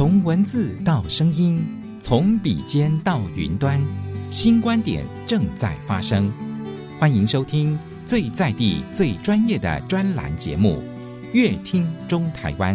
从文字到声音，从笔尖到云端，新观点正在发生。欢迎收听最在地、最专业的专栏节目《乐听中台湾》。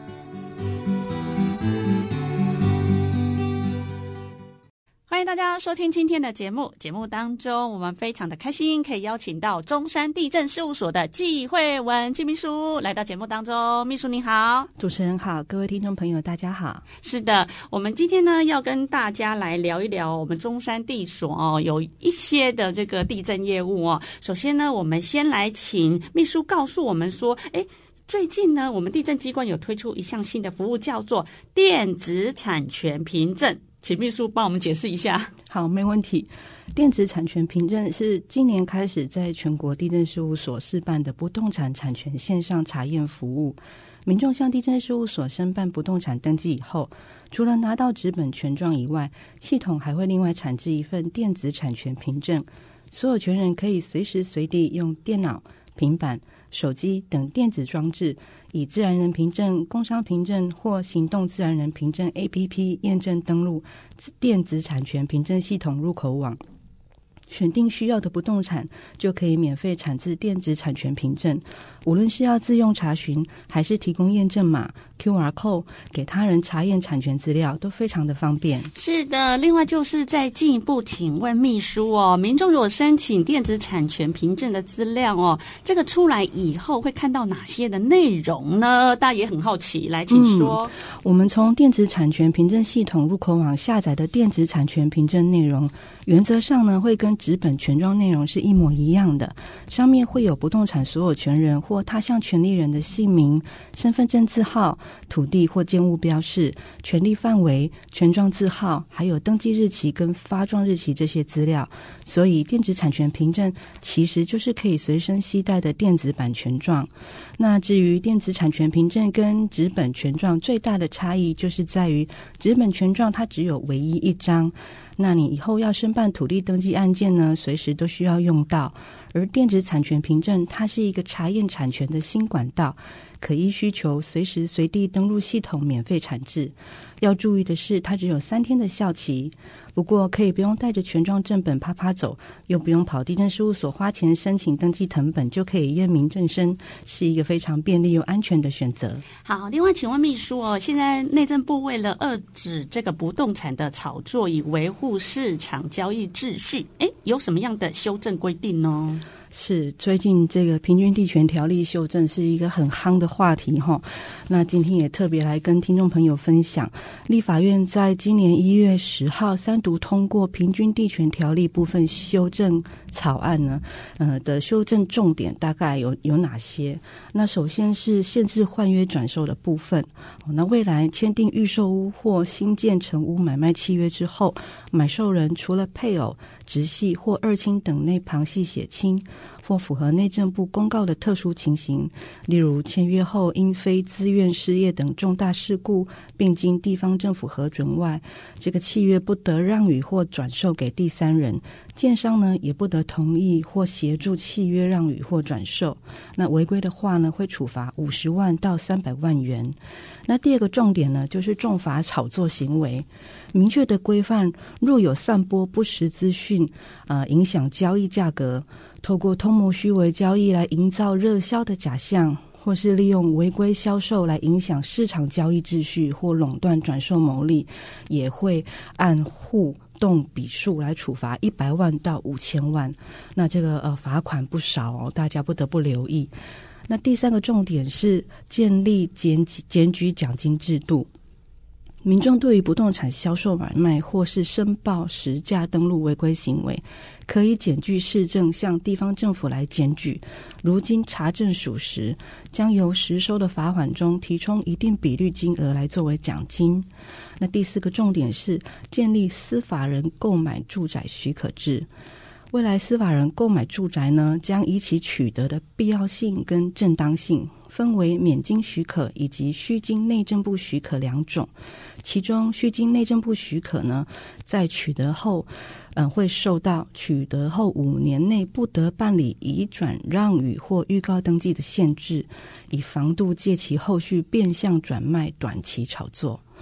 欢迎大家收听今天的节目。节目当中，我们非常的开心，可以邀请到中山地政事务所的纪慧文纪秘书来到节目当中。秘书你好。 主持人好，各位听众朋友大家好。 是的，我们今天呢要跟大家来聊一聊我们中山地所有一些的这个地政业务首先呢，我们先来请秘书告诉我们说，最近呢，我们地政机关有推出一项新的服务，叫做电子产权凭证。请秘书帮我们解释一下。 好，没问题。电子产权凭证是今年开始在全国地政事务所试办的不动产产权线上查验服务。民众向地政事务所申办不动产登记以后，除了拿到纸本权状以外，系统还会另外产制一份电子产权凭证，所有权人可以随时随地用电脑、平板、手机等电子装置，以自然人凭证、工商凭证或行动自然人凭证 APP 验证登录电子产权凭证系统入口网，选定需要的不动产，就可以免费产制电子产权凭证。无论是要自用查询，还是提供验证码 QR Code 给他人查验产权资料，都非常的方便。 是的，另外就是再进一步请问秘书民众如果申请电子产权凭证的资料这个出来以后会看到哪些的内容呢？大家也很好奇，来请说。 我们从电子产权凭证系统入口网下载的电子产权凭证内容，原则上呢会跟纸本权状内容是一模一样的，上面会有不动产所有权人或他项权利人的姓名、身份证字号、土地或建物标示、权利范围、权状字号，还有登记日期跟发状日期这些资料。所以电子产权凭证其实就是可以随身携带的电子版权状。那至于电子产权凭证跟纸本权状最大的差异，就是在于纸本权状它只有唯一一张，那你以后要申办土地登记案件呢，随时都需要用到。而电子产权凭证它是一个查验产权的新管道，可依需求随时随地登录系统免费产制。要注意的是，它只有3天的效期，不过可以不用带着权状正本啪啪走，又不用跑地政事务所花钱申请登记誊本，就可以验明正身，是一个非常便利又安全的选择。 好，另外请问秘书现在内政部为了遏制这个不动产的炒作，以维护市场交易秩序，有什么样的修正规定呢？ 是，最近这个平均地权条例修正是一个很夯的话题那今天也特别来跟听众朋友分享，立法院在今年1月10号3读通过平均地权条例部分修正草案呢，的修正重点大概有哪些？那首先是限制换约转售的部分，那未来签订预售屋或新建成屋买卖契约之后，买受人除了配偶、直系或二亲等内旁系血亲，或符合内政部公告的特殊情形，例如签约后因非自愿失业等重大事故，并经地方政府核准外，这个契约不得让与或转售给第三人，建商呢也不得同意或协助契约让与或转售。那违规的话呢，会处罚50万到300万元。那第二个重点呢，就是重罚炒作行为，明确的规范，若有散播不实资讯，影响交易价格，透过通谋虚伪交易来营造热销的假象，或是利用违规销售来影响市场交易秩序或垄断转售牟利，也会按户动笔数来处罚100万到5000万。那这个罚款不少大家不得不留意。那第三个重点是建立检举奖金制度。民众对于不动产销售买卖或是申报实价登录违规行为，可以检具市政向地方政府来检举，如经查证属实，将由实收的罚款中提充一定比率金额来作为奖金。那第四个重点是建立司法人购买住宅许可制。未来司法人购买住宅呢，将以其取得的必要性跟正当性，分为免经许可以及须经内政部许可2种。其中须经内政部许可呢，在取得后会受到取得后5年内不得办理移转让与或预告登记的限制，以防杜借其后续变相转卖短期炒作。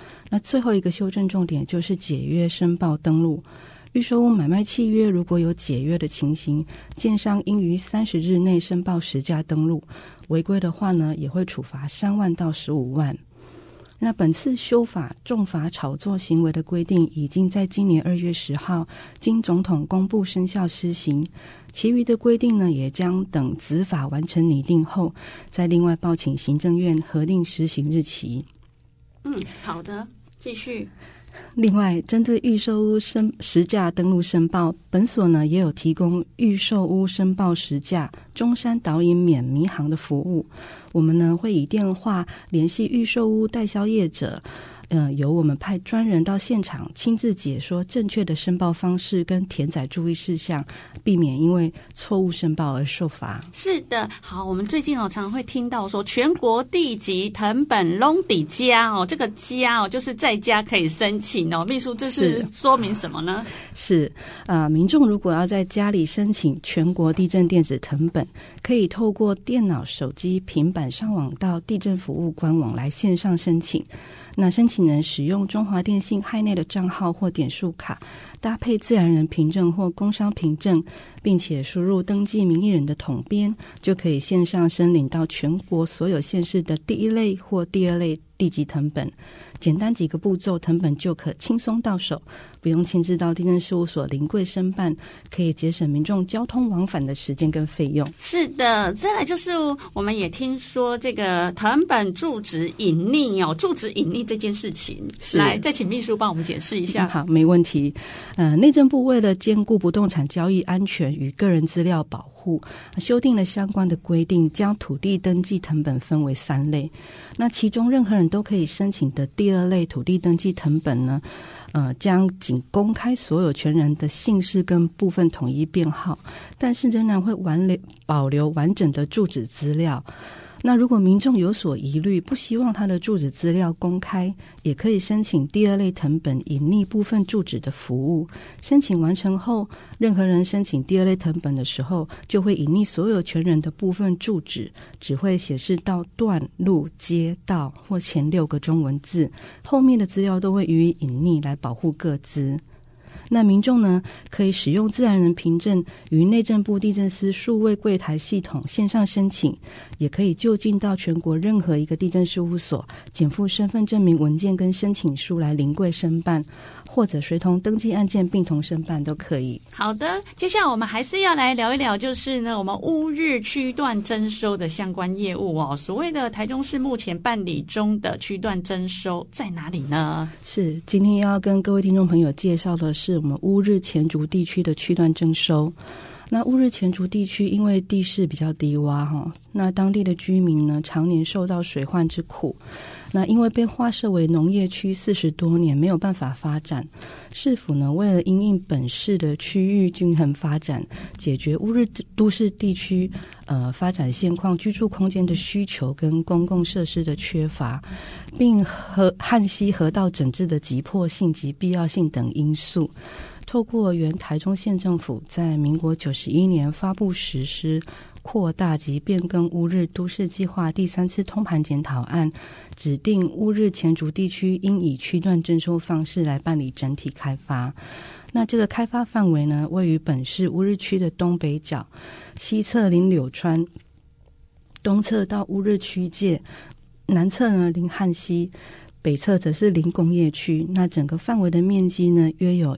那最后一个修正重点就是解约申报登录。预售屋买卖契约如果有解约的情形，建商应于30日内申报实价登录，违规的话呢，也会处罚3万到15万。那本次修法重罚炒作行为的规定，已经在今年2月10号经总统公布生效施行，其余的规定呢，也将等子法完成拟定后，再另外报请行政院核定施行日期。 好的，继续。 另外，针对预售屋实价登录申报，本所呢也有提供预售屋申报实价中山导引免迷航的服务。我们呢会以电话联系预售屋代销业者，由我们派专人到现场亲自解说正确的申报方式跟填载注意事项，避免因为错误申报而受罚。 是的，好，我们最近常会听到说全国地级誊本拢底家这个家就是在家可以申请秘书这是说明什么呢？ 是民众如果要在家里申请全国地震电子誊本，可以透过电脑、手机、平板上网到地震服务官网来线上申请。那申请人使用中华电信HiNet的账号或点数卡，搭配自然人凭证或工商凭证，并且输入登记名义人的统编，就可以线上申领到全国所有县市的第1类或第2类地级誊本。简单几个步骤，誊本就可轻松到手，不用亲自到地震事务所临柜申办，可以节省民众交通往返的时间跟费用。 是的，再来就是我们也听说这个誊本住址隐匿住址隐匿这件事情，来再请秘书帮我们解释一下。 好，没问题。内政部为了兼顾不动产交易安全与个人资料保护，修订了相关的规定，将土地登记誊本分为3类。那其中任何人都可以申请的第2类土地登记誊本呢，将仅公开所有权人的姓氏跟部分统一编号，但是仍然会保留完整的住址资料。那如果民众有所疑虑，不希望他的住址资料公开，也可以申请第2类誊本隐匿部分住址的服务。申请完成后，任何人申请第2类誊本的时候，就会隐匿所有权人的部分住址，只会显示到段、路、街道或前6个中文字，后面的资料都会予以隐匿来保护个资。那民众呢，可以使用自然人凭证于内政部地政司数位柜台系统线上申请，也可以就近到全国任何一个地政事务所减负身份证明文件跟申请书来临柜申办，或者随同登记案件并同申办都可以。 好的，接下来我们还是要来聊一聊，就是呢我们乌日区段征收的相关业务所谓的台中市目前办理中的区段征收在哪里呢？ 是，今天要跟各位听众朋友介绍的是我们乌日前竹地区的区段征收。那乌日前竹地区因为地势比较低洼那当地的居民呢常年受到水患之苦，那因为被划设为农业区40多年没有办法发展，市府呢为了因应本市的区域均衡发展，解决乌日都市地区发展现况居住空间的需求跟公共设施的缺乏，并旱溪河道整治的急迫性及必要性等因素，透过原台中县政府在民国91年发布实施扩大及变更乌日都市计划第3次通盘检讨案，指定乌日前竹地区应以区段征收方式来办理整体开发。那这个开发范围呢，位于本市乌日区的东北角，西侧临柳川，东侧到乌日区界，南侧呢临旱溪，北侧则是临工业区。那整个范围的面积呢约有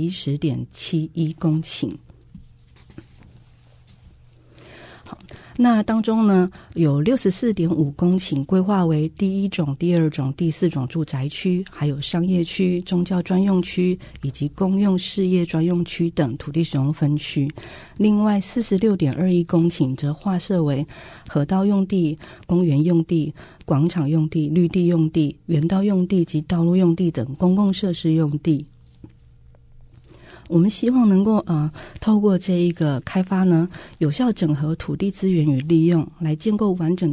110.71 公顷。那当中呢有 64.5 公顷规划为第1种、第2种、第4种住宅区，还有商业区、宗教专用区以及公用事业专用区等土地使用分区。另外 46.21 公顷则划设为河道用地、公园用地、广场用地、绿地用地、园道用地及道路用地等公共设施用地。我们希望能够透过这一个开发呢，有效整合土地资源与利用，来建构完整的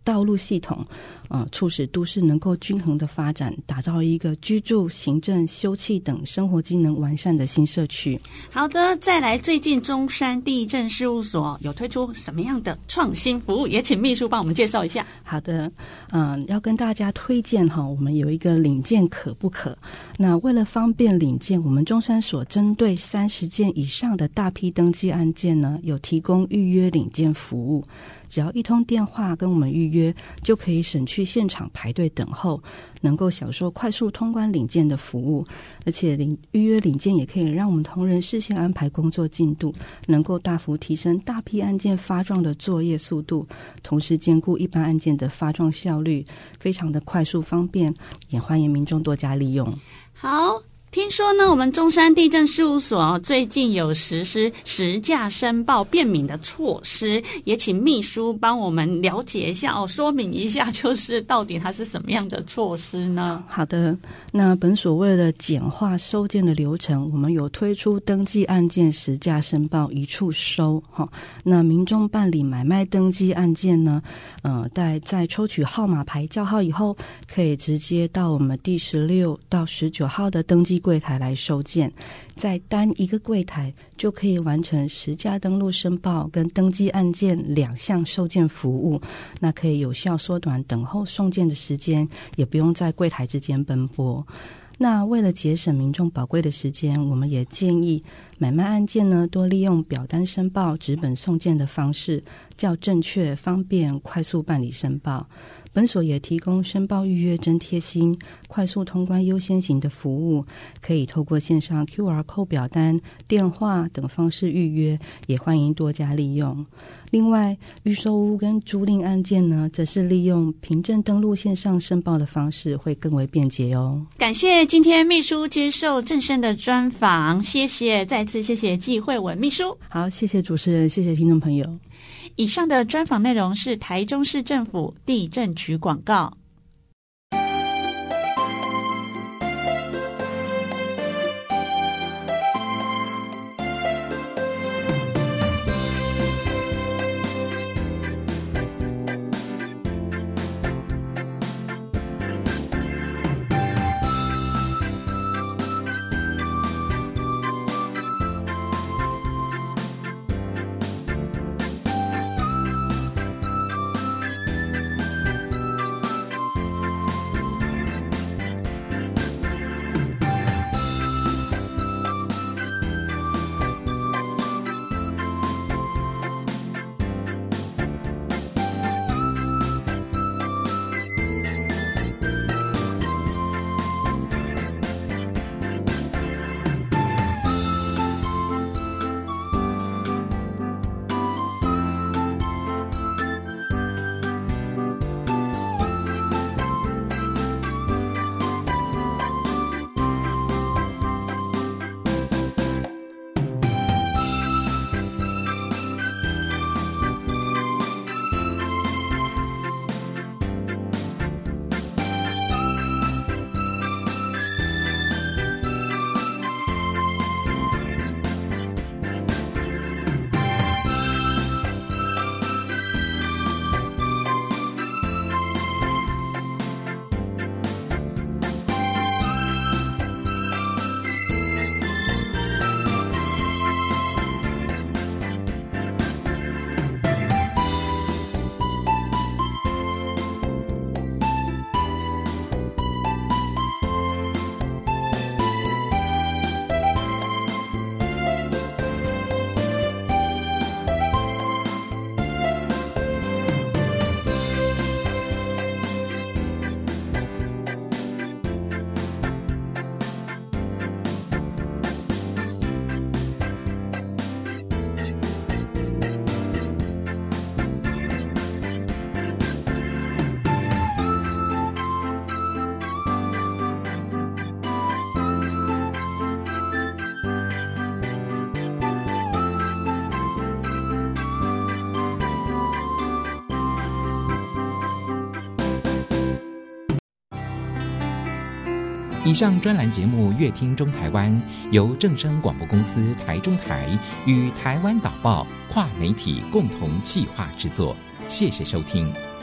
道路系统，促使都市能够均衡的发展，打造一个居住、行政、休憩等生活机能完善的新社区。 好的，再来，最近中山地震事务所有推出什么样的创新服务？也请秘书帮我们介绍一下。 好的，要跟大家推荐我们有一个领件可不可。那为了方便领件，我们中山所针对30件以上的大批登记案件呢，有提供预约领件服务。只要一通电话跟我们预约，就可以省去现场排队等候，能够享受快速通关领件的服务。而且预约领件也可以让我们同仁事先安排工作进度，能够大幅提升大批案件发状的作业速度，同时兼顾一般案件的发状效率，非常的快速方便，也欢迎民众多加利用。 好，听说呢，我们中山地震事务所最近有实施实价申报便民的措施，也请秘书帮我们了解一下说明一下，就是到底它是什么样的措施呢？ 好的，那本所为了简化收件的流程，我们有推出登记案件实价申报一处收。那民众办理买卖登记案件呢，在抽取号码牌叫号以后，可以直接到我们第16到19号的登记柜台来收件，在单一个柜台就可以完成实价登录申报跟登记案件2项收件服务，那可以有效缩短等候送件的时间，也不用在柜台之间奔波。那为了节省民众宝贵的时间，我们也建议买卖案件呢，多利用表单申报、纸本送件的方式，较正确、方便、快速办理申报。本所也提供申报预约真贴心、快速通关优先型的服务，可以透过线上 QR Code 表单、电话等方式预约，也欢迎多加利用。另外，预售屋跟租赁案件呢，则是利用凭证登录线上申报的方式，会更为便捷哦。 感谢今天秘书接受正声的专访，谢谢，再次谢谢纪慧文秘书。 好，谢谢主持人，谢谢听众朋友。 以上的专访内容是台中市政府地震局广告。 以上专栏节目《乐听中台湾》由正声广播公司台中台与台湾导报跨媒体共同企划制作，谢谢收听。